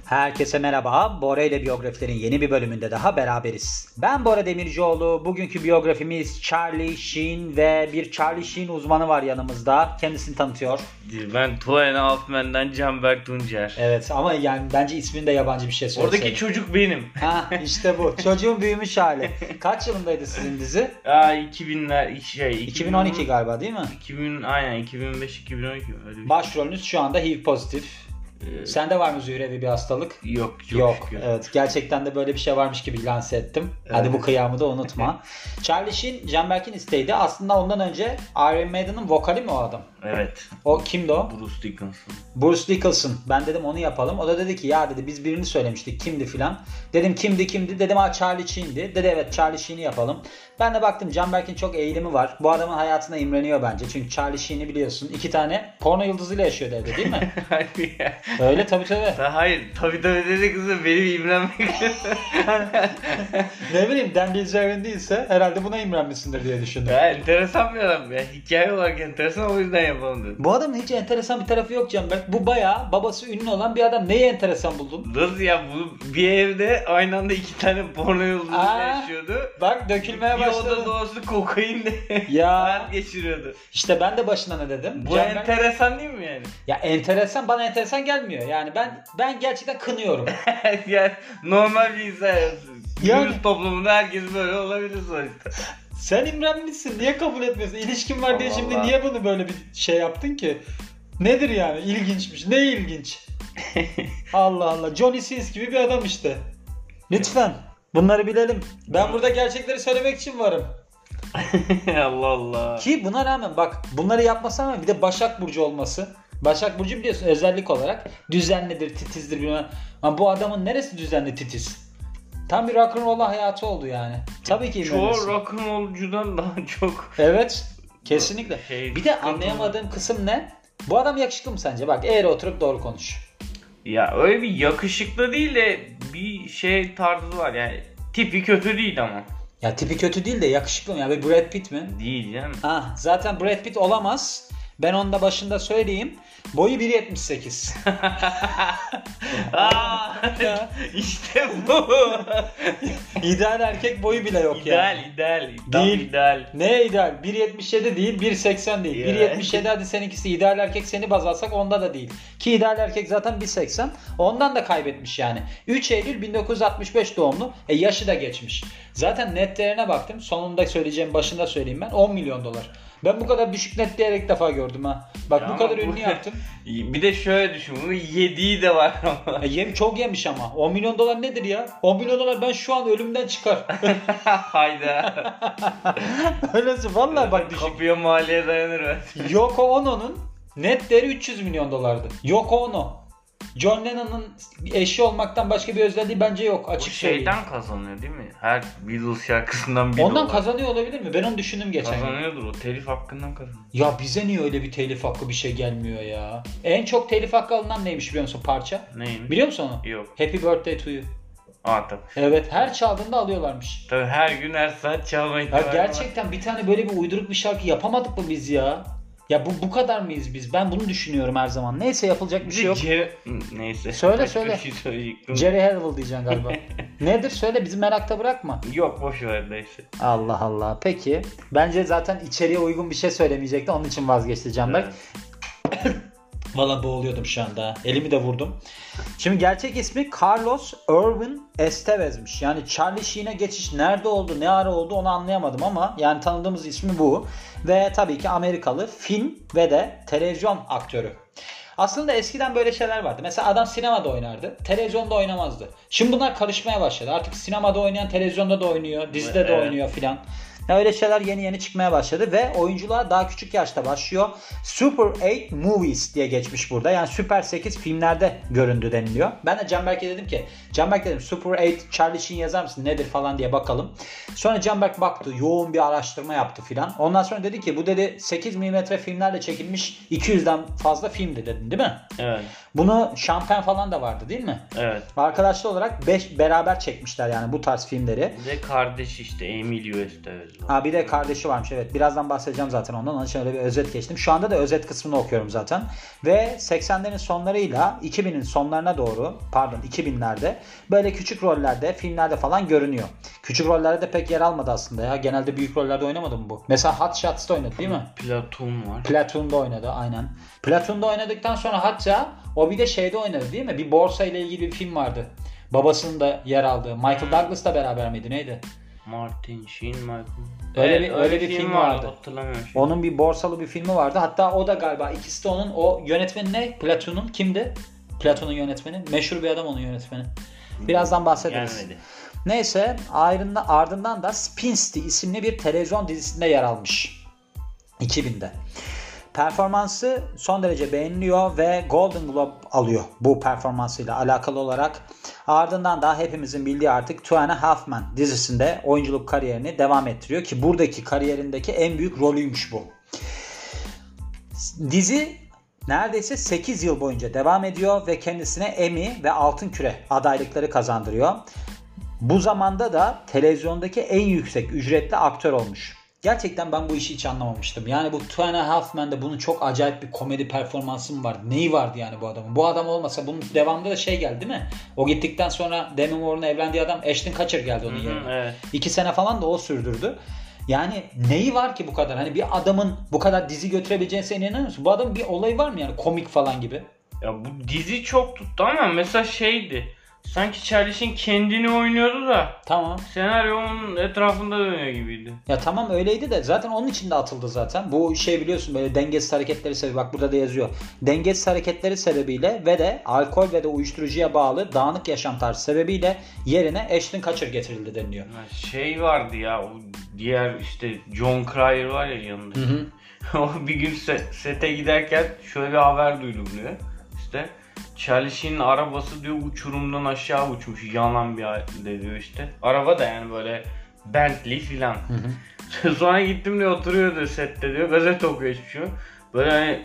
Herkese merhaba. Bora ile biyografilerin yeni bir bölümünde daha beraberiz. Ben Bora Demircioğlu. Bugünkü biyografimiz Charlie Sheen ve bir Charlie Sheen uzmanı var yanımızda. Kendisini tanıtıyor. Ben Two and a Half Men'den Canberk Tuncer. Evet ama yani bence ismini de yabancı bir şey söyleseydim. Oradaki çocuk benim. Ha işte bu. Çocuğun büyümüş hali. Kaç yılındaydı sizin dizi? 2000'ler 2012 galiba değil mi? 2005-2012 öyle bir şey. Başrolünüz şu anda HIV pozitif. Sende var mı Zührevi bir hastalık? Yok. Evet, gerçekten de böyle bir şey varmış gibi lanse ettim. Evet. Hadi bu kıyamı da unutma. Charlie Sheen, Canberk'in isteğiydi. Aslında ondan önce Iron Maiden'ın vokali mi o adam? Evet. O kimdi o? Bruce Dickinson. Bruce Dickinson. Ben dedim onu yapalım. O da dedi ki ya dedi biz birini söylemiştik. Kimdi filan. Dedim kimdi? Dedim Charlie Sheen'di. Dedi evet Charlie Sheen'i yapalım. Ben de baktım Canberk'in çok eğilimi var. Bu adamın hayatına imreniyor bence. Çünkü Charlie Sheen'i biliyorsun. İki tane porno yıldızıyla yaşıyor evde değil mi? Öyle tabii. Hayır tabii dedi kızım benim imrenmek. Ne bileyim Dan Bilzerian değilse herhalde buna imrenmişsindir diye düşündüm. Ya enteresan bir adam ya. Hikaye olarak enteresan o yüzden yapalım dedim. Bu adamın hiç enteresan bir tarafı yok Canberk. Bu bayağı babası ünlü olan bir adam. Neyi enteresan buldun? Nasıl ya bu bir evde aynı anda iki tane porno yıldızıyla yaşıyordu. Bak dökülmeye başladı. Bir oda doğası kokain de hayat geçiriyordu. İşte ben de başına ne dedim? Bu Canberk... enteresan değil mi yani? Ya enteresan bana enteresan gelmiyor. Yani ben gerçekten kınıyorum. Yani normal bir insan. Yani... Günümüz toplumunda herkes böyle olabilir sonuçta. Sen imrenmişsin. Niye kabul etmiyorsun? İlişkin var diye şimdi niye bunu böyle bir şey yaptın ki? Nedir yani? İlginçmiş. Ne ilginç? Allah Allah. Johnny Sins gibi bir adam işte. Lütfen. Bunları bilelim. Ben burada gerçekleri söylemek için varım. Allah Allah. Ki buna rağmen bak bunları yapmasına rağmen bir de Başak Burcu olması. Başak Burcu biliyorsun özellik olarak düzenlidir, titizdir bilmem. Ama bu adamın neresi düzenli, titiz? Tam bir rock'n'roll hayatı oldu yani. Tabii ki çoğu rock'n'rollcudan daha çok. Evet. Kesinlikle. Bir de anlayamadığım kısım ne? Bu adam yakışıklı mı sence? Bak eğri oturup doğru konuş. Ya öyle bir yakışıklı değil de bir şey tarzı var yani. Tipi kötü değil ama. Ya tipi kötü değil de yakışıklı mı? Ya bir Brad Pitt mi? Değil canım. Zaten Brad Pitt olamaz. Ben onu da başında söyleyeyim. Boyu 1.78. İşte bu. İdeal erkek boyu bile yok yani. İdeal. Değil. İdeal. Ne ideal? 1.77 değil, 1.80 değil. Yeah. 1.77 hadi seninkisi ideal erkek seni baz alsak onda da değil. Ki ideal erkek zaten 1.80. Ondan da kaybetmiş yani. 3 Eylül 1965 doğumlu. Yaşı da geçmiş. Zaten net değerine baktım. Sonunda söyleyeceğim, başında söyleyeyim ben. 10 milyon dolar. Ben bu kadar düşük net değer ilk defa gördüm ha. Bak ya bu kadar ünlü yaptım. Bir de şöyle düşün. Bunun yediği de var ama. Çok yemiş ama. 10 milyon dolar nedir ya? 10 milyon dolar ben şu an ölümden çıkar. Hayda. Öylesi vallahi bak düşük. Kapıya maliye dayanır. Yoko Ono'nun net değeri 300 milyon dolardı. Yoko Ono. John Lennon'ın eşi olmaktan başka bir özelliği bence yok. Açık söyleyeyim. O şeyden kazanıyor değil mi? Her Beatles şarkısından bir ondan kazanıyor olabilir mi? Ben onu düşündüm geçen gün. Kazanıyordur o. Telif hakkından kazanıyor. Ya bize niye öyle bir telif hakkı bir şey gelmiyor ya? En çok telif hakkı alınan neymiş biliyor musun parça? Neymiş? Biliyor musun onu? Yok. Happy Birthday to You. Tabii. Evet her çaldığında alıyorlarmış. Tabii her gün her saat çalma ihtimali var. Gerçekten bir tane böyle bir uyduruk bir şarkı yapamadık mı biz ya? Ya bu kadar mıyız biz? Ben bunu düşünüyorum her zaman. Neyse yapılacak bir şey yok. Neyse. Söyle. Bir şey Jerry Halliwell diyeceksin galiba. Nedir? Söyle bizi merakta bırakma. Yok boş ver neyse. Allah Allah. Peki. Bence zaten içeriye uygun bir şey söylemeyecekti. Onun için vazgeçti Canberk. Evet. Valla boğuluyordum şu anda. Elimi de vurdum. Şimdi gerçek ismi Carlos Irwin Estevez'miş. Yani Charlie Sheen'e geçiş nerede oldu, ne ara oldu onu anlayamadım ama yani tanıdığımız ismi bu. Ve tabii ki Amerikalı film ve de televizyon aktörü. Aslında eskiden böyle şeyler vardı. Mesela adam sinemada oynardı, televizyonda oynamazdı. Şimdi bunlar karışmaya başladı. Artık sinemada oynayan televizyonda da oynuyor, dizide de oynuyor filan. Öyle şeyler yeni çıkmaya başladı ve oyunculuğa daha küçük yaşta başlıyor. Super 8 Movies diye geçmiş burada. Yani Super 8 filmlerde göründü deniliyor. Ben de Canberk'e dedim ki, Canberk dedim Super 8 Charlie Sheen yazar mısın nedir falan diye bakalım. Sonra Canberk baktı, yoğun bir araştırma yaptı filan. Ondan sonra dedi ki bu dedi 8 mm filmlerle çekilmiş 200'den fazla filmdi dedin değil mi? Evet. Bunu Şampen falan da vardı değil mi? Evet. Arkadaşlar olarak 5 beraber çekmişler yani bu tarz filmleri. Ve kardeş işte Emilio Estevez. Ha bir de kardeşi varmış, evet. Birazdan bahsedeceğim zaten ondan. Onun için öyle bir özet geçtim. Şu anda da özet kısmını okuyorum zaten. Ve 80'lerin sonlarıyla 2000'in sonlarına doğru, pardon 2000'lerde böyle küçük rollerde, filmlerde falan görünüyor. Küçük rollerde de pek yer almadı aslında ya. Genelde büyük rollerde oynamadı mı bu? Mesela Hot Shots'ta oynadı değil mi? Platoon var. Platoon'da oynadı aynen. Platoon'da oynadıktan sonra hatta o bir de şeyde oynadı değil mi? Bir borsa ile ilgili bir film vardı. Babasının da yer aldığı. Michael Douglas'la beraber miydi? Neydi? Martin Sheen, Michael. Öyle bir film vardı. Hatırlamıyorum şimdi. Onun bir borsalı bir filmi vardı. Hatta o da galiba ikisi de onun, o yönetmeni ne? Platoon'un kimdi? Platoon'un yönetmeni. Meşhur bir adam onun yönetmeni. Birazdan bahsederiz. Gelmedi. Neyse ardından da Spin City isimli bir televizyon dizisinde yer almış. 2000'de. Performansı son derece beğeniliyor ve Golden Globe alıyor bu performansıyla alakalı olarak. Ardından da hepimizin bildiği artık Two and a Half Men dizisinde oyunculuk kariyerini devam ettiriyor ki buradaki kariyerindeki en büyük rolüymüş bu. Dizi neredeyse 8 yıl boyunca devam ediyor ve kendisine Emmy ve Altın Küre adaylıkları kazandırıyor. Bu zamanda da televizyondaki en yüksek ücretli aktör olmuş. Gerçekten ben bu işi hiç anlamamıştım. Yani bu Two and a Half Men'de bunun çok acayip bir komedi performansı mı vardı? Neyi vardı yani bu adamın? Bu adam olmasa bunun devamında da şey geldi değil mi? O gittikten sonra Demi Moore'un evlendiği adam Ashton Kutcher geldi onun yerine. Evet. 2 sene falan da o sürdürdü. Yani neyi var ki bu kadar? Hani bir adamın bu kadar dizi götürebileceğine sen inanıyor musun? Bu adamın bir olayı var mı yani komik falan gibi? Ya bu dizi çok tuttu ama mesela şeydi. Sanki Charlie Sheen kendini oynuyordu da Tamam. senaryo onun etrafında dönüyor gibiydi. Ya tamam öyleydi de zaten onun için de atıldı zaten. Bu şey biliyorsun böyle dengesiz hareketleri sebebi. Bak burada da yazıyor. Dengesiz hareketleri sebebiyle ve de alkol ve de uyuşturucuya bağlı dağınık yaşam tarzı sebebiyle yerine Ashton Kutcher getirildi deniliyor. Ya şey vardı ya o diğer işte John Cryer var ya yanında. O bir gün sete giderken şöyle bir haber duydum diyor. İşte Charlie Sheen'in arabası diyor uçurumdan aşağı uçmuş yanan bir halde diyor işte. Araba da yani böyle Bentley filan. Sonra gittim diyor oturuyordu sette diyor gazete okuyor hiçbir şey yok. Böyle hani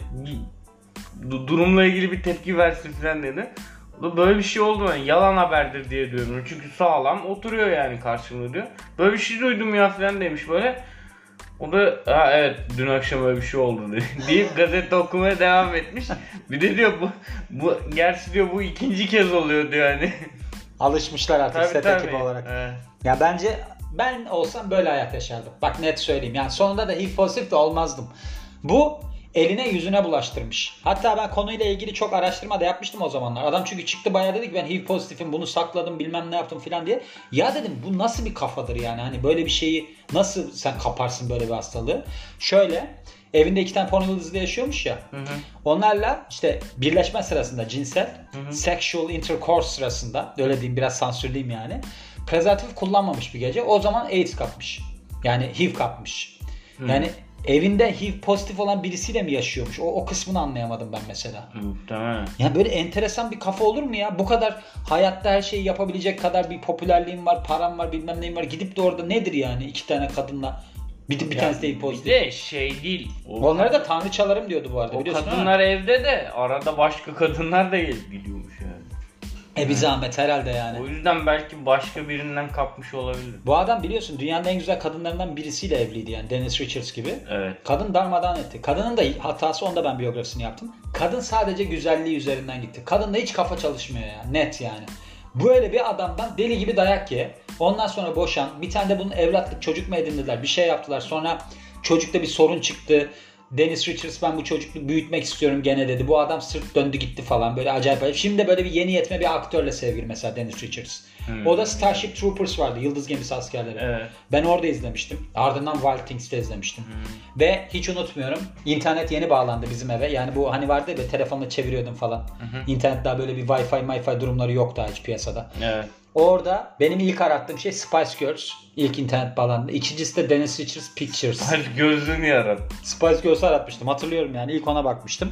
durumla ilgili bir tepki versin filan dedi. Böyle bir şey oldu yani yalan haberdir diye diyorum. Çünkü sağlam oturuyor yani karşımda diyor. Böyle bir şey duydum ya filan demiş böyle. O da ha evet dün akşam öyle bir şey oldu deyip gazete okumaya devam etmiş. Bir de diyor bu gerçi diyor bu ikinci kez oluyor diyor hani. Alışmışlar artık set Tabii. ekibi olarak. Evet. Ya bence ben olsam böyle hayat yaşardım. Bak net söyleyeyim. Yani sonunda da HIV pozitif de olmazdım. Bu eline yüzüne bulaştırmış. Hatta ben konuyla ilgili çok araştırma da yapmıştım o zamanlar. Adam çünkü çıktı bayağı dedi ki ben HIV pozitifim bunu sakladım bilmem ne yaptım filan diye. Ya dedim bu nasıl bir kafadır yani hani böyle bir şeyi nasıl sen kaparsın böyle bir hastalığı. Şöyle evinde 2 tane porno yıldızı yaşıyormuş ya. Onlarla işte birleşme sırasında cinsel sexual intercourse sırasında öyle diyeyim biraz sansürleyeyim yani. Prezervatif kullanmamış bir gece. O zaman AIDS kapmış. Yani HIV kapmış. Yani evinde HIV pozitif olan birisiyle mi yaşıyormuş? O kısmını anlayamadım ben mesela. Muhtemelen. Yani böyle enteresan bir kafa olur mu ya? Bu kadar hayatta her şeyi yapabilecek kadar bir popülerliğim var, param var, bilmem neyim var. Gidip de orada nedir yani 2 tane kadınla bir tanesi de HIV pozitif. Bir de şey değil. Onlara da tanrıçalarım diyordu bu arada o biliyorsun kadınlar evde de arada başka kadınlar da gidiyormuş yani. Bir zahmet herhalde yani. O yüzden belki başka birinden kapmış olabilir. Bu adam biliyorsun dünyanın en güzel kadınlarından birisiyle evliydi yani Dennis Richards gibi. Evet. Kadın darmadağın etti. Kadının da hatası onda ben biyografisini yaptım. Kadın sadece güzelliği üzerinden gitti. Kadında hiç kafa çalışmıyor ya. Net yani. Böyle bir adamdan deli gibi dayak ye. Ondan sonra boşan. Bir tane de bunun evlatlık çocuk mu edindiler? Bir şey yaptılar. Sonra çocukta bir sorun çıktı. Dennis Richards ben bu çocukluğu büyütmek istiyorum gene dedi. Bu adam sırt döndü gitti falan böyle acayip. Şimdi de böyle bir yeni yetme bir aktörle sevgili mesela Dennis Richards. O da Starship Troopers vardı. Yıldız Gemisi Askerleri. Evet. Ben orada izlemiştim. Ardından Wild Things'te izlemiştim. Ve hiç unutmuyorum. İnternet yeni bağlandı bizim eve. Yani bu hani vardı ya telefonla çeviriyordum falan. İnternet daha böyle bir Wi-Fi durumları yoktu daha hiç piyasada. Evet. Orada benim ilk arattığım şey Spice Girls. İlk internet bağlandı. İkincisi de Dennis Richards Pictures. Hadi gözlüğünü yarat. Spice Girls'ı aratmıştım. Hatırlıyorum yani. İlk ona bakmıştım.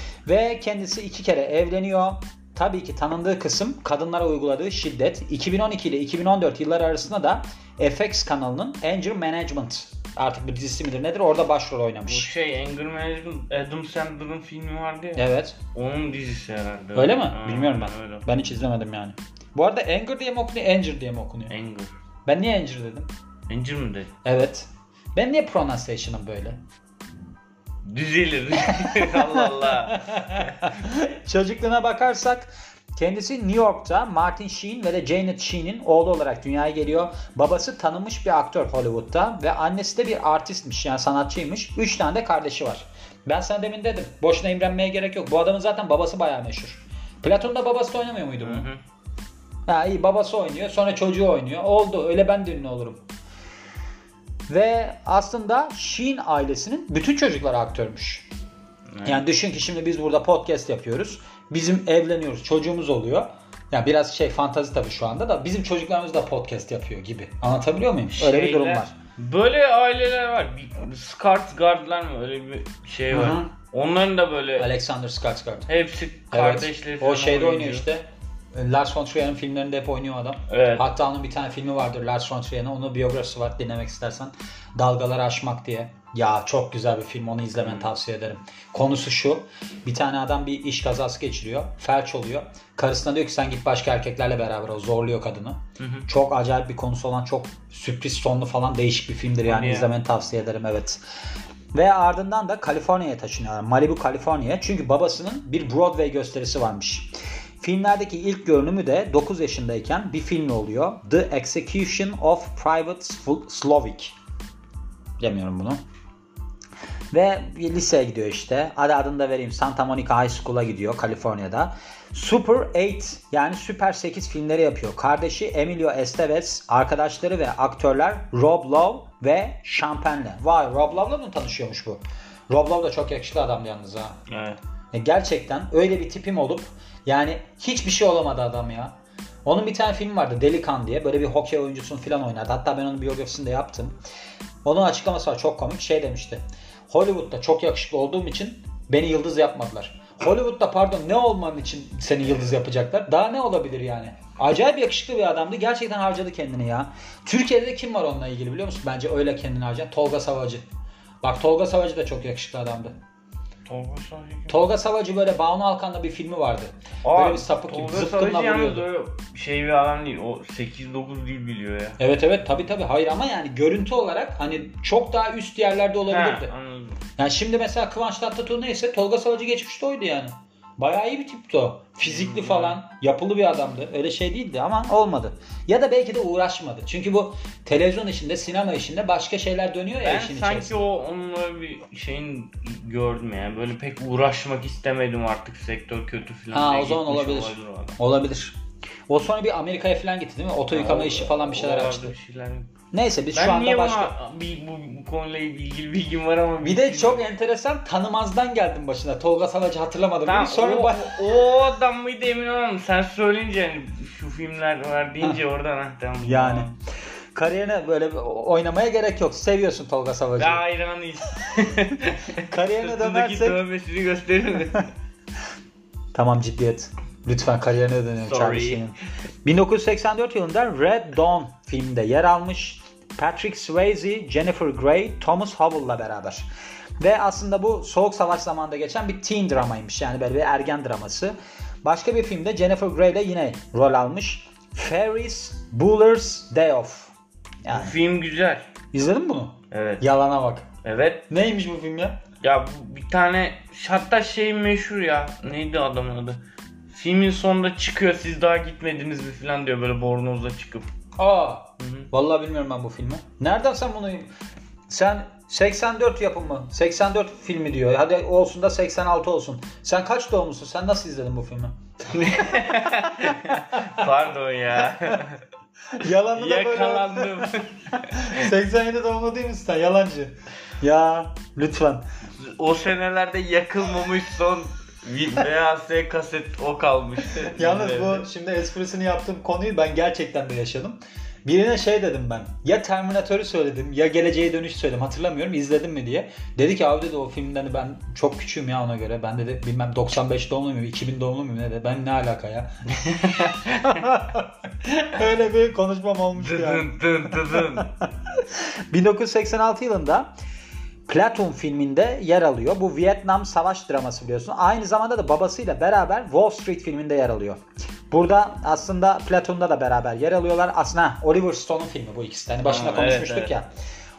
Ve kendisi 2 kere evleniyor. Tabii ki tanındığı kısım kadınlara uyguladığı şiddet. 2012 ile 2014 yılları arasında da FX kanalının Anger Management artık bir dizisi midir nedir orada başrol oynamış. Bu şey Anger Management Adam Sandler'ın filmi vardı ya. Evet. Onun dizisi herhalde. Öyle mi? Bilmiyorum ben. Öyle. Ben hiç izlemedim yani. Bu arada Anger diye mi okunuyor, Anger diye mi okunuyor? Anger. Ben niye Anger dedim? Anger mi dedi? Evet. Ben niye pronunciation'ım böyle? Düzelir. Allah Allah. Çocukluğuna bakarsak kendisi New York'ta Martin Sheen ve de Janet Sheen'in oğlu olarak dünyaya geliyor. Babası tanınmış bir aktör Hollywood'da ve annesi de bir artistmiş, yani sanatçıymış. 3 tane de kardeşi var. Ben sana demin dedim. Boşuna imrenmeye gerek yok. Bu adamın zaten babası bayağı meşhur. Platon'da babası da oynamıyor muydu bunu? Ha iyi, babası oynuyor, sonra çocuğu oynuyor. Oldu, öyle ben de ünlü olurum. Ve aslında Sheen ailesinin bütün çocukları aktörmüş. Yani düşün ki şimdi biz burada podcast yapıyoruz. Bizim evleniyoruz, çocuğumuz oluyor. Yani biraz fantazi tabii şu anda da bizim çocuklarımız da podcast yapıyor gibi. Anlatabiliyor muyum? Öyle bir durum var. Böyle aileler var. Skarsgård'lar mı? Öyle bir şey var. Hı-hı. Onların da böyle Alexander Skarsgård. hepsi kardeşleri falan. O şeyde oynuyor işte. Lars von Trier'in filmlerinde hep oynuyor adam. Evet. Hatta onun bir tane filmi vardır Lars von Trier'in. Onun biyografisi var, dinlemek istersen. Dalgaları Aşmak diye. Ya çok güzel bir film, onu izlemeni tavsiye ederim. Konusu şu: bir tane adam bir iş kazası geçiriyor. Felç oluyor. Karısına diyor ki sen git başka erkeklerle beraber ol. Zorluyor kadını. Çok acayip bir konusu olan, çok sürpriz sonlu falan, değişik bir filmdir yani. İzlemeni tavsiye ederim, evet. Ve ardından da Kaliforniya'ya taşınıyorlar. Malibu, Kaliforniya. Çünkü babasının bir Broadway gösterisi varmış. Filmlerdeki ilk görünümü de 9 yaşındayken bir film oluyor. The Execution of Private Slovik. Demiyorum bunu. Ve liseye gidiyor işte. Adını da vereyim. Santa Monica High School'a gidiyor Kaliforniya'da. Super 8 yani Süper 8 filmleri yapıyor. Kardeşi Emilio Estevez, arkadaşları ve aktörler Rob Lowe ve Champagne'le. Vay, Rob Lowe'la mı tanışıyormuş bu? Rob Lowe da çok yakışıklı adamdı yalnız ha. Evet. Gerçekten öyle bir tipim olup yani hiçbir şey olamadı adam ya. Onun bir tane filmi vardı, Delikan diye. Böyle bir hokey oyuncusunu falan oynardı. Hatta ben onun biyografisini de yaptım. Onun açıklaması var, çok komik. Demişti. Hollywood'da çok yakışıklı olduğum için beni yıldız yapmadılar. Hollywood'da pardon ne olman için seni yıldız yapacaklar? Daha ne olabilir yani? Acayip yakışıklı bir adamdı. Gerçekten harcadı kendini ya. Türkiye'de de kim var onunla ilgili biliyor musun? Bence öyle kendini harcayan. Tolga Savacı. Bak, Tolga Savacı da çok yakışıklı adamdı. Tolga Savacı böyle Banu Alkan'da bir filmi vardı. Böyle bir sapık gibi zıpkınla vuruyordu. Şey bir adam değil. O 8-9 dil biliyor ya. Evet tabii. Hayır ama yani görüntü olarak hani çok daha üst yerlerde olabilirdi. Anladım. Yani şimdi mesela Kıvanç Tatlıtuğ neyse Tolga Savacı geçmişte oydu yani. Bayağı iyi bir tipti o. Fizikli falan, yapılı bir adamdı. Öyle şey değildi ama olmadı. Ya da belki de uğraşmadı. Çünkü bu televizyon işinde, sinema işinde başka şeyler dönüyor ya işin içerisinde. Ben sanki onunla bir şeyin gördüm yani. Böyle pek uğraşmak istemedim artık, sektör kötü falan. O zaman olabilir. Olabilir. O sonra bir Amerika'ya falan gitti değil mi? Oto yıkama işi falan bir şeyler açtı. Neyse biz şu anda başka... bu konuyla ilgili bilgim var ama... Bir de çok enteresan, tanımazdan geldim başına. Tolga Savacı hatırlamadım. Tamam, sonra o adam mıydı emin olamam. Sen söyleyince hani şu filmler var deyince oradan tamam. Yani kariyerine böyle oynamaya gerek yok. Seviyorsun Tolga Savacı'yı. Ya hayranıyız. Kariyerine dönersek... dövmesini gösterir. Tamam, ciddiyet. Lütfen kariyerine dönelim Charlie Sheen'in. 1984 yılında Red Dawn filminde yer almış. Patrick Swayze, Jennifer Grey, Thomas Howell'la beraber. Ve aslında bu Soğuk Savaş zamanında geçen bir teen dramaymış. Yani böyle bir ergen draması. Başka bir filmde Jennifer Grey ile yine rol almış. Ferris Bueller's Day Off. Yani. Bu film güzel. İzledin mi bunu? Evet. Yalana bak. Evet. Neymiş bu film ya? Ya bir tane hatta şey meşhur ya. Neydi adamın adı? Filmin sonunda çıkıyor, siz daha gitmediniz mi falan diyor böyle bornozla çıkıp. Vallahi bilmiyorum ben bu filmi. Nereden sen bunu... Sen 84 yapımı, 84 filmi diyor. Hadi olsun da 86 olsun. Sen kaç doğumlusun? Sen nasıl izledin bu filmi? Pardon ya. Yalanı da yakalandım. 87 doğumlu değil misin sen? Yalancı. Ya lütfen. O senelerde yakılmamış son VHS kaset o kalmıştı. Yalnız bu şimdi esprisini yaptığım konuyu ben gerçekten de yaşadım. Birine dedim ben. Ya Terminator'u söyledim ya Geleceğe Dönüş söyledim. Hatırlamıyorum, izledin mi diye. Dedi ki abi dedi o filmden ben çok küçüğüm ya ona göre. Ben dedi bilmem 95 doğumlu muyum 2000 doğumlu muyum ne dedi. Ben ne alaka ya. Öyle bir konuşmam olmuş yani. 1986 yılında Platoon filminde yer alıyor. Bu Vietnam Savaş draması biliyorsun. Aynı zamanda da babasıyla beraber Wall Street filminde yer alıyor. Burada aslında Platoon'da da beraber yer alıyorlar. Aslında Oliver Stone'un filmi bu ikisi. Hani başında konuşmuştuk ya.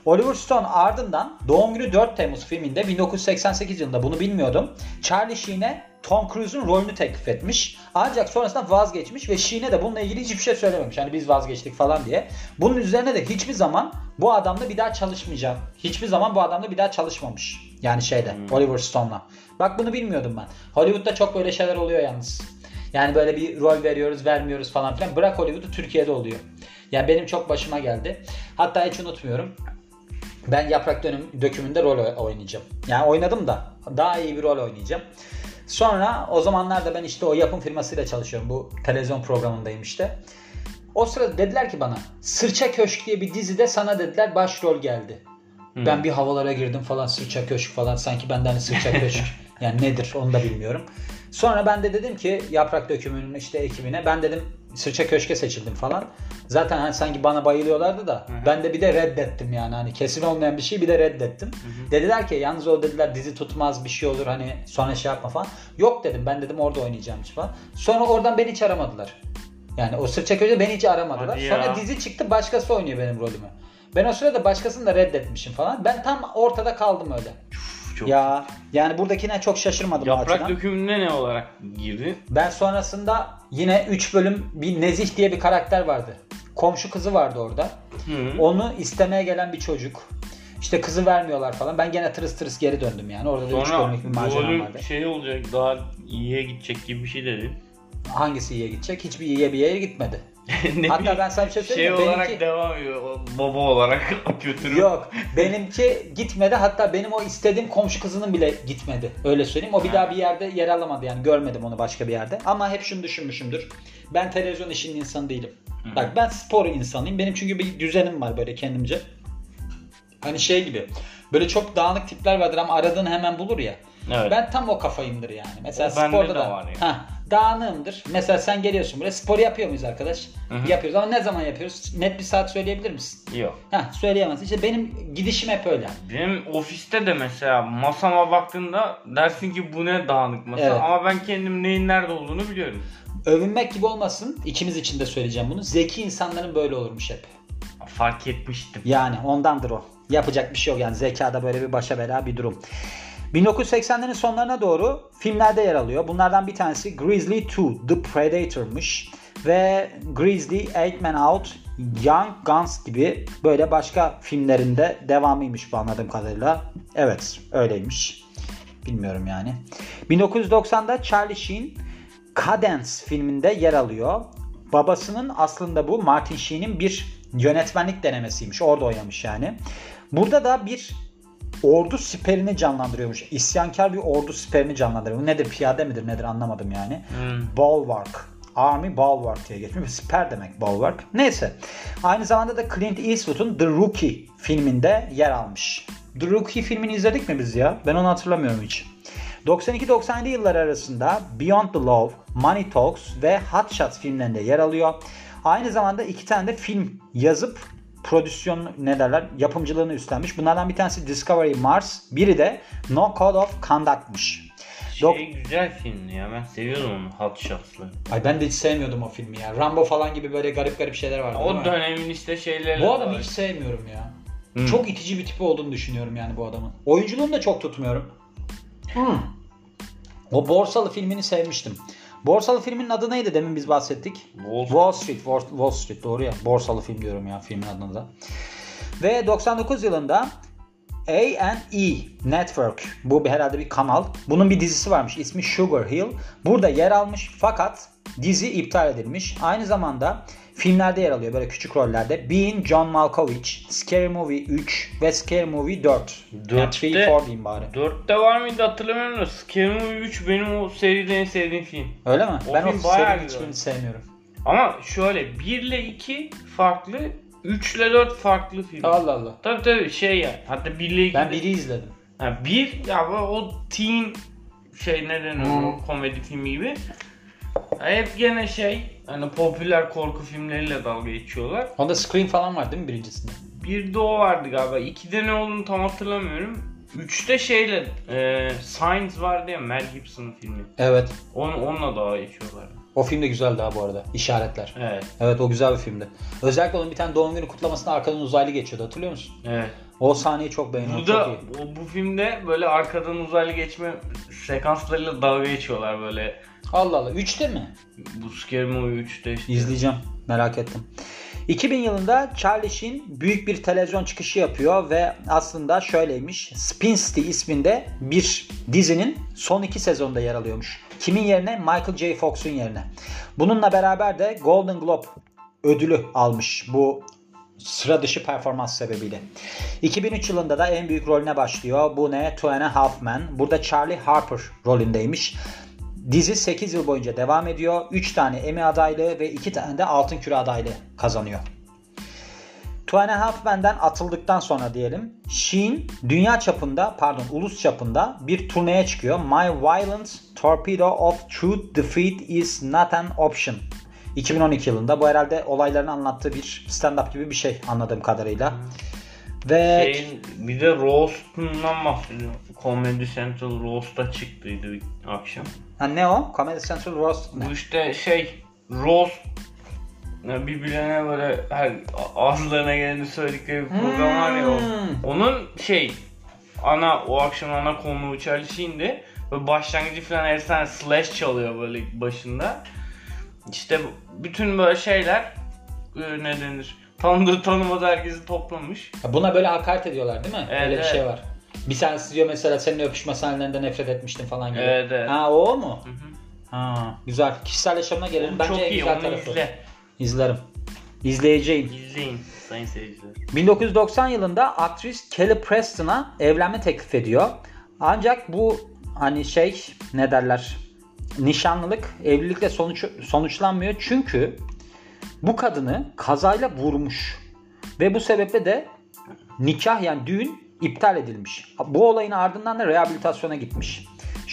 Oliver Stone ardından Doğum Günü 4 Temmuz filminde 1988 yılında, bunu bilmiyordum, Charlie Sheen'e Tom Cruise'un rolünü teklif etmiş. Ancak sonrasında vazgeçmiş ve Sheen'e de bununla ilgili hiçbir şey söylememiş. Hani biz vazgeçtik falan diye. Bunun üzerine de hiçbir zaman bu adamla bir daha çalışmayacağım. Hiçbir zaman bu adamla bir daha çalışmamış. Yani Oliver Stone'la. Bak bunu bilmiyordum ben. Hollywood'da çok böyle şeyler oluyor yalnız. Yani böyle bir rol veriyoruz, vermiyoruz falan filan. Bırak Hollywood'u, Türkiye'de oluyor. Yani benim çok başıma geldi. Hatta hiç unutmuyorum. Ben Yaprak Dökümü'nde rol oynayacağım. Yani oynadım da daha iyi bir rol oynayacağım. Sonra o zamanlarda ben işte o yapım firmasıyla çalışıyorum. Bu televizyon programındayım işte. O sırada dediler ki bana, Sırça Köşk diye bir dizide sana dediler başrol geldi. Ben bir havalara girdim falan, Sırça Köşk falan, sanki benden Sırça Köşk yani nedir onu da bilmiyorum. Sonra ben de dedim ki Yaprak Dökümü'nün işte ekibine, ben dedim Sırça Köşk'e seçildim falan. Zaten hani sanki bana bayılıyorlardı da ben de bir de reddettim yani, hani kesin olmayan bir şey, bir de reddettim. Dediler ki yalnız o dediler dizi tutmaz, bir şey olur hani sonra şey yapma falan. Yok dedim, ben dedim orada oynayacağım falan. Sonra oradan beni hiç aramadılar. Yani o Sırça Köşk'te beni hiç aramadılar. Sonra dizi çıktı, başkası oynuyor benim rolümü. Ben o sırada başkasını da reddetmişim falan. Ben tam ortada kaldım öyle. Çok ya yani buradakine çok şaşırmadım. Yaprak Dökümü'nde ne olarak girdi? Ben sonrasında yine 3 bölüm bir Nezih diye bir karakter vardı. Komşu kızı vardı orada. Onu istemeye gelen bir çocuk. İşte kızı vermiyorlar falan. Ben gene tırıs geri döndüm yani. Orada da 3 bölümlük bir maceram vardı. Şey olacak, daha iyiye gidecek gibi bir şey dedi. Hangisi iyiye gidecek? Hiçbir iyiye bir yere gitmedi. Hatta ben sana bir şey söyleyeyim mi? Şey olarak devam ediyor. Baba olarak götürüyor. Yok. Benimki gitmedi. Hatta benim o istediğim komşu kızının bile gitmedi. Öyle söyleyeyim. O bir daha bir yerde yer alamadı. Yani görmedim onu başka bir yerde. Ama hep şunu düşünmüşümdür. Ben televizyon işinin insanı değilim. Bak ben spor insanıyım. Benim çünkü bir düzenim var böyle kendimce. Hani şey gibi. Böyle çok dağınık tipler vardır ama aradığını hemen bulur ya. Evet. Ben tam o kafayımdır yani. Mesela o sporda da var yani. Dağınığımdır. Mesela sen geliyorsun buraya, spor yapıyor muyuz arkadaş? Yapıyoruz ama ne zaman yapıyoruz? Net bir saat söyleyebilir misin? Yok. Söyleyemezsin. İşte benim gidişim hep öyle. Benim ofiste de mesela masama baktığında dersin ki bu ne dağınık masa, evet. Ama ben kendim neyin nerede olduğunu biliyorum. Övünmek gibi olmasın. İkimiz için de söyleyeceğim bunu. Zeki insanların böyle olurmuş hep. Fark etmiştim. Yani ondandır o. Yapacak bir şey yok yani, zekada böyle bir başa bela bir durum. 1980'lerin sonlarına doğru filmlerde yer alıyor. Bunlardan bir tanesi Grizzly 2, The Predator'mış. Ve Grizzly, Eight Men Out, Young Guns gibi böyle başka filmlerinde devamıymış bu anladığım kadarıyla. Evet, öyleymiş. Bilmiyorum yani. 1990'da Charlie Sheen Cadence filminde yer alıyor. Babasının aslında bu Martin Sheen'in bir yönetmenlik denemesiymiş. Orada oynamış yani. Burada da bir ordu siperini canlandırıyormuş. İsyankar bir ordu siperini canlandırıyor. Bu nedir? Piyade midir? Nedir? Anlamadım yani. Bulwark. Army Bulwark diye geçmiş. Siper demek Bulwark. Neyse. Aynı zamanda da Clint Eastwood'un The Rookie filminde yer almış. The Rookie filmini izledik mi biz ya? Ben onu hatırlamıyorum hiç. 92-97 yılları arasında Beyond the Law, Money Talks ve Hot Shots filmlerinde yer alıyor. Aynı zamanda 2 tane de film yazıp prodüksiyon yapımcılığını üstlenmiş. Bunlardan bir tanesi Discovery Mars, biri de No Code of Conduct'mış. Güzel filmdi ya, ben seviyordum onu, Hot Shots'lı. Ay ben de hiç sevmiyordum o filmi ya. Rambo falan gibi böyle garip şeyler vardı. O dönemin işte şeyleri. Bu adamı hiç sevmiyorum ya. Çok itici bir tipi olduğunu düşünüyorum yani bu adamın. Oyunculuğunu da çok tutmuyorum. O Borsalı filmini sevmiştim. Borsalı filmin adı neydi, demin biz bahsettik? Wall Street doğru ya. Borsalı film diyorum ya filmin adını da. Ve 99 yılında A&E Network, bu herhalde bir kanal. Bunun bir dizisi varmış, ismi Sugar Hill. Burada yer almış fakat dizi iptal edilmiş. Aynı zamanda filmlerde yer alıyor böyle küçük rollerde. Being John Malkovich, Scary Movie 3 ve Scary Movie 4. 4'te diyeyim bari. 4'te var mıydı hatırlamıyorum da Scary Movie 3 benim o seride en sevdiğim film. Öyle mi? O ben o serinin hiçbirini sevmiyorum. Ama şöyle 1 ile 2 farklı, 3 ile 4 farklı film. Allah Allah. Tabii şey ya. Hatta 1 ile 2. Ben 1'i izledim. 1 ya o teen o komedi filmi gibi. Hep gene hani popüler korku filmleriyle dalga geçiyorlar. Onda Scream falan var değil mi birincisinde? Bir de o vardı galiba. 2'de ne olduğunu tam hatırlamıyorum. 3'te Signs vardı ya, Mel Gibson'ın filmi. Evet. Onunla dalga geçiyorlar. O film de güzeldi ha bu arada. İşaretler. Evet. Evet, o güzel bir filmdi. Özellikle onun bir tane doğum günü kutlamasında arkadan uzaylı geçiyordu, hatırlıyor musun? Evet. O sahneyi çok beğeniyorum. Burada Çok iyi. bu filmde böyle arkadan uzaylı geçme sekanslarıyla dalga geçiyorlar böyle. Allah Allah. 3'te mi? Bu Scary Movie 3'te işte. İzleyeceğim. Merak ettim. 2000 yılında Charlie Sheen büyük bir televizyon çıkışı yapıyor ve aslında şöyleymiş. Spin City isminde bir dizinin son 2 sezonda yer alıyormuş. Kimin yerine? Michael J. Fox'un yerine. Bununla beraber de Golden Globe ödülü almış bu sıra dışı performans sebebiyle. 2003 yılında da en büyük rolüne başlıyor. Bu ne? Two and a Half Men. Burada Charlie Harper rolündeymiş. Dizi 8 yıl boyunca devam ediyor. 3 tane Emmy adaylığı ve 2 tane de Altın Küre adaylığı kazanıyor. Two and a Half Men'den atıldıktan sonra diyelim, Sheen ulus çapında bir turneye çıkıyor. My Violent Torpedo of Truth Defeat is not an option. 2012 yılında. Bu herhalde olaylarını anlattığı bir stand-up gibi bir şey anladığım kadarıyla. Ve bir de Roast'undan bahsediyor. Comedy Central Roast'a çıktıydı bir akşam. Ha, ne o? Comedy Central Roast ne? Bu işte Roast, birbirlerine böyle her ağızlarına geleni söyledikleri bir program var ya o. Onun o akşam ana konuğu Charlie Sheen'di. Böyle başlangıcı falan efsane slash çalıyor böyle başında. İşte bütün böyle şeyler ne denir? Tanıdığı tanımadığı herkesi toplamış. Buna böyle hakaret ediyorlar değil mi? Evet, öyle bir şey var. Bir tanesi diyor mesela seninle öpüşme sahnelerinden nefret etmiştim falan gibi. Evet. Ha, o mu? Hı. Ha, güzel. Kişisel yaşamına gelelim. Bence çok en iyi, güzel onu tarafı. izle. İzlerim. İzleyeceğim. İzleyin sayın seyirciler. 1990 yılında aktris Kelly Preston'a evlenme teklif ediyor. Ancak bu ne derler? Nişanlılık evlilikle sonuçlanmıyor. Çünkü bu kadını kazayla vurmuş. Ve bu sebeple de nikah yani düğün iptal edilmiş. Bu olayın ardından da rehabilitasyona gitmiş.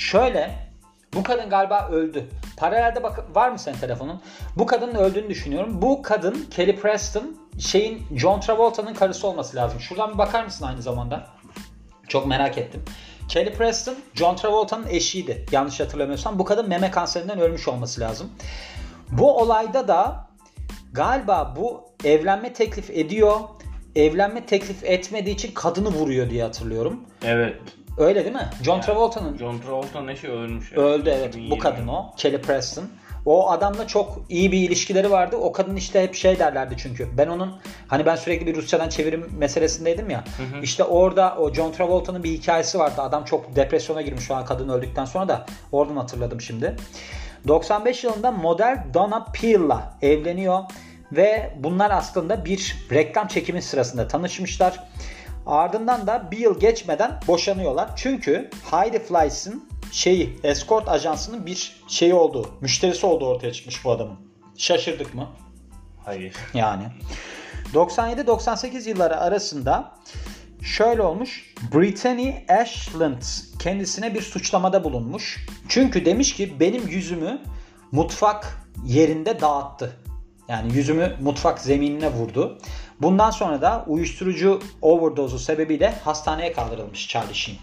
Bu kadın galiba öldü. Paralelde var mı senin telefonun? Bu kadının öldüğünü düşünüyorum. Bu kadın Kelly Preston John Travolta'nın karısı olması lazım. Şuradan bir bakar mısın aynı zamanda? Çok merak ettim. Kelly Preston John Travolta'nın eşiydi. Yanlış hatırlamıyorsam. Bu kadın meme kanserinden ölmüş olması lazım. Bu olayda da galiba bu evlenme teklif ediyor. Evlenme teklif etmediği için kadını vuruyor diye hatırlıyorum. Evet. Öyle değil mi? John Travolta'nın eşi ölmüş. Öldü evet. Bu kadın o. Kelly Preston. O adamla çok iyi bir ilişkileri vardı. O kadın işte hep derlerdi çünkü. Ben sürekli bir Rusçadan çevirim meselesindeydim ya. Hı. İşte orada o John Travolta'nın bir hikayesi vardı. Adam çok depresyona girmiş şu an kadın öldükten sonra da. Oradan hatırladım şimdi. 95 yılında model Donna Peel'la evleniyor. Ve bunlar aslında bir reklam çekimi sırasında tanışmışlar. Ardından da bir yıl geçmeden boşanıyorlar. Çünkü Heidi Fleiss'in escort ajansının bir müşterisi olduğu ortaya çıkmış bu adamın. Şaşırdık mı? Hayır. Yani. 97-98 yılları arasında şöyle olmuş. Brittany Ashland kendisine bir suçlamada bulunmuş. Çünkü demiş ki benim yüzümü mutfak yerinde dağıttı. Yani yüzümü mutfak zeminine vurdu. Bundan sonra da uyuşturucu overdose'u sebebiyle hastaneye kaldırılmış Charlie Sheen.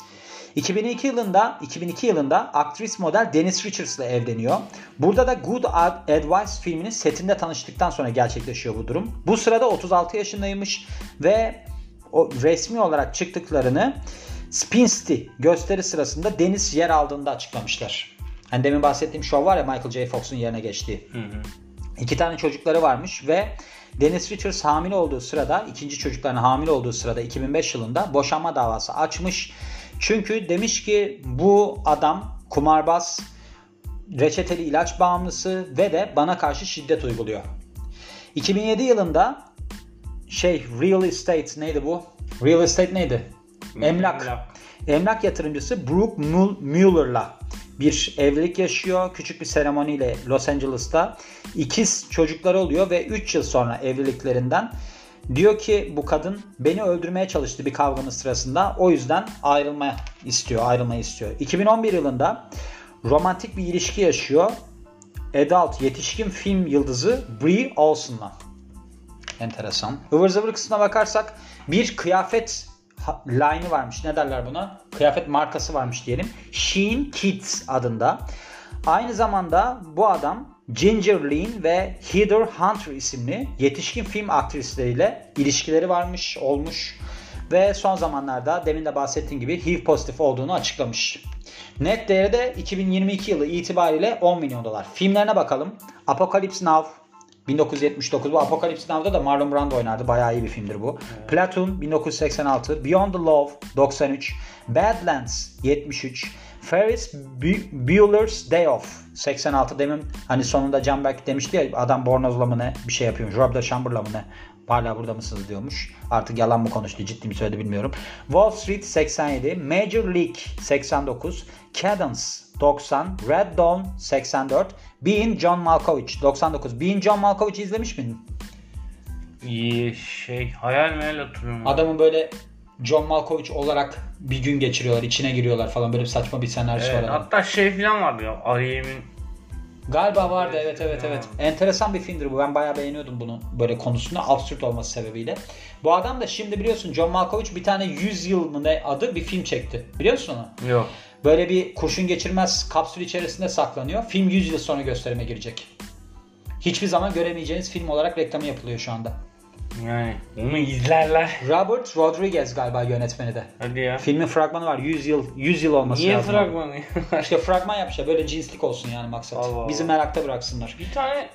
2002 yılında aktris model Denise Richards ile evleniyor. Burada da Good Advice filminin setinde tanıştıktan sonra gerçekleşiyor bu durum. Bu sırada 36 yaşındaymış ve resmi olarak çıktıklarını Spin City gösteri sırasında Denise yer aldığında açıklamışlar. Demin bahsettiğim şov var ya Michael J. Fox'un yerine geçtiği. Hı. 2 tane çocukları varmış ve Denise Richards ikinci çocuklarına hamile olduğu sırada 2005 yılında boşanma davası açmış. Çünkü demiş ki bu adam kumarbaz, reçeteli ilaç bağımlısı ve de bana karşı şiddet uyguluyor. 2007 yılında Real Estate neydi bu? Real Estate neydi? Emlak yatırımcısı Brooke Mueller'la bir evlilik yaşıyor. Küçük bir seremoniyle Los Angeles'ta. İkiz çocukları oluyor ve 3 yıl sonra evliliklerinden diyor ki bu kadın beni öldürmeye çalıştı bir kavgamız sırasında. O yüzden ayrılmayı istiyor. 2011 yılında romantik bir ilişki yaşıyor. Yetişkin film yıldızı Brie Olsen'la. Enteresan. Ivır zıvır kısmına bakarsak bir kıyafet line'ı varmış. Ne derler buna? Kıyafet markası varmış diyelim. Sheen Kids adında. Aynı zamanda bu adam Ginger Lynn ve Heather Hunter isimli yetişkin film aktrisleriyle ilişkileri olmuş. Ve son zamanlarda demin de bahsettiğim gibi HIV pozitif olduğunu açıklamış. Net değeri de 2022 yılı itibariyle 10 milyon dolar. Filmlerine bakalım. Apocalypse Now 1979. Bu Apocalypse Now'da da Marlon Brando oynardı. Bayağı iyi bir filmdir bu. Evet. Platoon 1986. Beyond the Love 93. Badlands 73. Ferris Bueller's Day Off 86. Demin hani sonunda Canberk demişti ya, adam bornozla mı ne bir şey yapıyormuş. Rob de Chamberlain mı ne? Hala burada mısınız diyormuş. Artık yalan mı konuştu, ciddi mi söyledi bilmiyorum. Wall Street 87. Major League 89. Cadence 90. Red Dawn 84. Being John Malkovich 99. Being John Malkovich'i izlemiş miydin? Hayal meyal hatırlıyorum. Adamın böyle John Malkovich olarak bir gün geçiriyorlar, içine giriyorlar falan, böyle bir saçma bir senaryosu var. Hatta falan vardı ya, Ariyem'in. Galiba vardı, evet. Enteresan bir filmdir bu. Ben bayağı beğeniyordum bunu böyle konusunda, absürt olması sebebiyle. Bu adam da şimdi biliyorsun, John Malkovich bir tane 100 yıl mı ne adı bir film çekti. Biliyor musun onu? Yok. Böyle bir kurşun geçirmez kapsül içerisinde saklanıyor. Film 100 yıl sonra gösterime girecek. Hiçbir zaman göremeyeceğiniz film olarak reklamı yapılıyor şu anda. Yani onu izlerler. Robert Rodriguez galiba yönetmeni de. Hadi ya. Filmin fragmanı var. 100 yıl olması Niye lazım. Niye fragmanı? İşte fragman yapmışlar. Böyle cinslik olsun yani maksat. Allah Bizi Allah. merakta bıraksınlar. Bir tane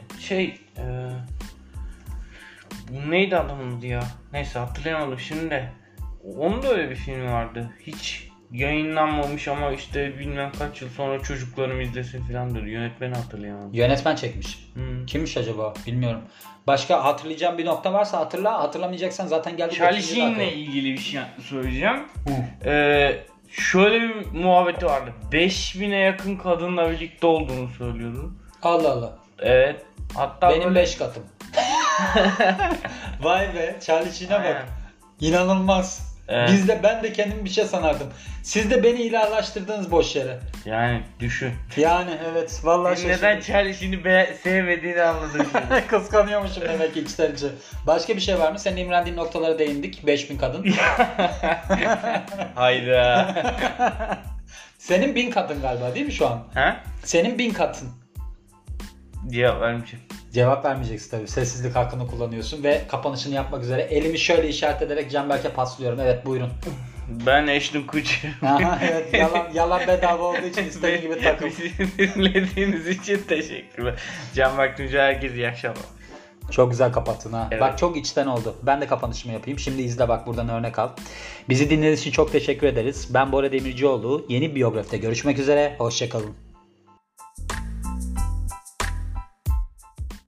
bu neydi adamın ya? Neyse hatırlayamadım şimdi de. Onun da öyle bir filmi vardı. Hiç yayınlanmamış ama işte bilmem kaç yıl sonra çocuklarım izlesin falan dedi. Yönetmeni hatırlayamadım. Yönetmen çekmiş. Kimmiş acaba? Bilmiyorum. Başka hatırlayacağım bir nokta varsa hatırla. Hatırlamayacaksan zaten geldik. Charlie Sheen'le ilgili bir şey söyleyeceğim. Şöyle bir muhabbeti vardı. 5000'e yakın kadınla birlikte olduğunu söylüyordu. Allah Allah. Evet. Hatta benim 5 katım. Vay be, Charlie Sheen'e bak. İnanılmaz. Evet. Ben de kendimi bir şey sanardım. Siz de beni ilahlaştırdınız boş yere. Yani düşün. Yani evet, vallahi şaşırdım. Neden Charlie Sheen'i sevmediğini anladım şimdi. Kıskanıyormuşum demek ki içtence. Başka bir şey var mı? Senin imrendiğin noktalara değindik. 5000 kadın. Hayda. Senin 1000 katın galiba değil mi şu an? He? Senin 1000 katın. Cevap vermeyeceğim. Cevap vermeyeceksin tabii. Sessizlik hakkını kullanıyorsun ve kapanışını yapmak üzere elimi şöyle işaret ederek Canberk'e paslıyorum. Evet, buyurun. Ben Ashton Kutcher. Aha, evet, yalan bedava olduğu için istediğin gibi takıl. Bizi dinlediğiniz için teşekkürler. Canberk Tuncay, herkese iyi akşamlar. Çok güzel kapattın ha. Evet. Bak çok içten oldu. Ben de kapanışımı yapayım. Şimdi izle bak, buradan örnek al. Bizi dinlediğiniz için çok teşekkür ederiz. Ben Bora Demircioğlu. Yeni biyografide görüşmek üzere. Hoşçakalın.